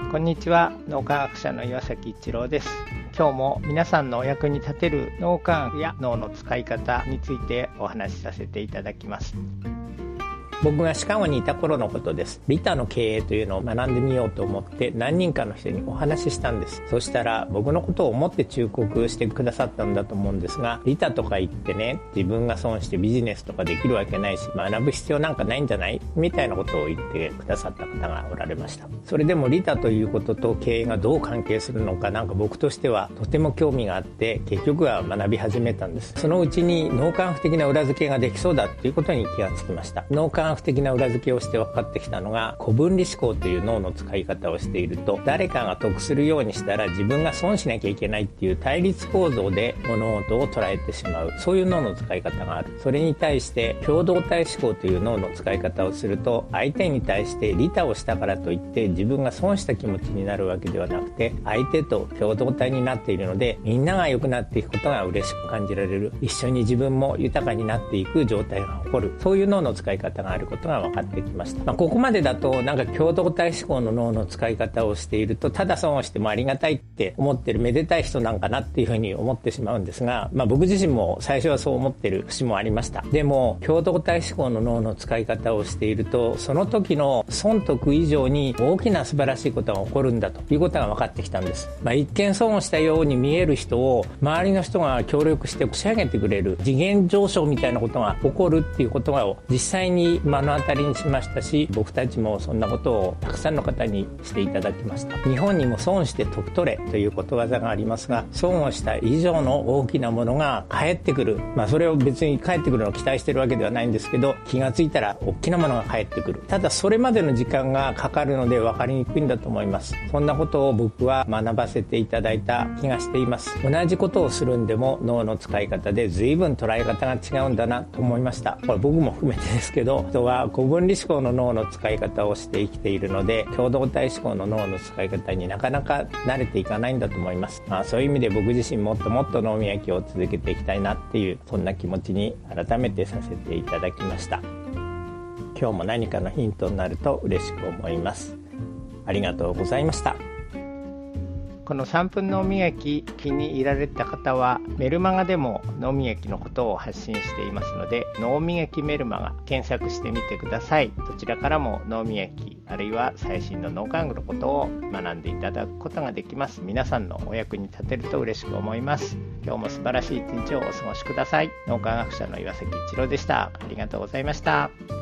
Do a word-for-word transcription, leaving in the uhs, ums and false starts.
こんにちは、脳科学者の岩崎一郎です。今日も皆さんのお役に立てる脳科学や脳の使い方についてお話しさせていただきます。僕がシカゴにいた頃のことです。利他の経営というのを学んでみようと思って何人かの人にお話ししたんです。そしたら僕のことを思って忠告してくださったんだと思うんですが、利他とか言ってね、自分が損してビジネスとかできるわけないし、学ぶ必要なんかないんじゃないみたいなことを言ってくださった方がおられました。それでも利他ということと経営がどう関係するのか、なんか僕としてはとても興味があって、結局は学び始めたんです。そのうちに脳科学的な裏付けができそうだということに気がつきました。脳科学的な裏付けをして分かってきたのが、古分離思考という脳の使い方をしていると、誰かが得するようにしたら自分が損しなきゃいけないっていう対立構造で物事を捉えてしまう、そういう脳の使い方がある。それに対して共同体思考という脳の使い方をすると、相手に対して利他をしたからといって自分が損した気持ちになるわけではなくて、相手と共同体になっているので、みんなが良くなっていくことが嬉しく感じられる、一緒に自分も豊かになっていく状態が起こる、そういう脳の使い方があることが分かってきました。まあ、ここまでだとなんか共同体思考の脳の使い方をしていると、ただ損をしてもありがたいって思ってるめでたい人なんかなっていうふうに思ってしまうんですが、まあ、僕自身も最初はそう思ってる節もありました。でも共同体思考の脳の使い方をしていると、その時の損得以上に大きな素晴らしいことが起こるんだということが分かってきたんです。まあ、一見損をしたように見える人を周りの人が協力して押し上げてくれる、次元上昇みたいなことが起こるっていうことを実際に目の当たりにしましたし、僕たちもそんなことをたくさんの方にしていただきました。日本にも損して得取れということわざがありますが、損をした以上の大きなものが返ってくる、まあそれを別に返ってくるのを期待してるわけではないんですけど、気がついたら大きなものが返ってくる。ただそれまでの時間がかかるので分かりにくいんだと思います。そんなことを僕は学ばせていただいた気がしています。同じことをするんでも脳の使い方で随分捉え方が違うんだなと思いました。これ僕も含めてですけど、人は古分離思考の脳の使い方をして生きているので、共同体思考の脳の使い方になかなか慣れていかないんだと思います。まあ、そういう意味で僕自身もっともっと脳磨きを続けていきたいなっていう、そんな気持ちに改めてさせていただきました。今日も何かのヒントになると嬉しく思います。ありがとうございました。このさんぷん脳磨き気に入られた方は、メルマガでも脳磨きのことを発信していますので、脳磨きメルマガ検索してみてください。どちらからも脳磨き、あるいは最新の脳科学のことを学んでいただくことができます。皆さんのお役に立てると嬉しく思います。今日も素晴らしい一日をお過ごしください。脳科学者の岩崎一郎でした。ありがとうございました。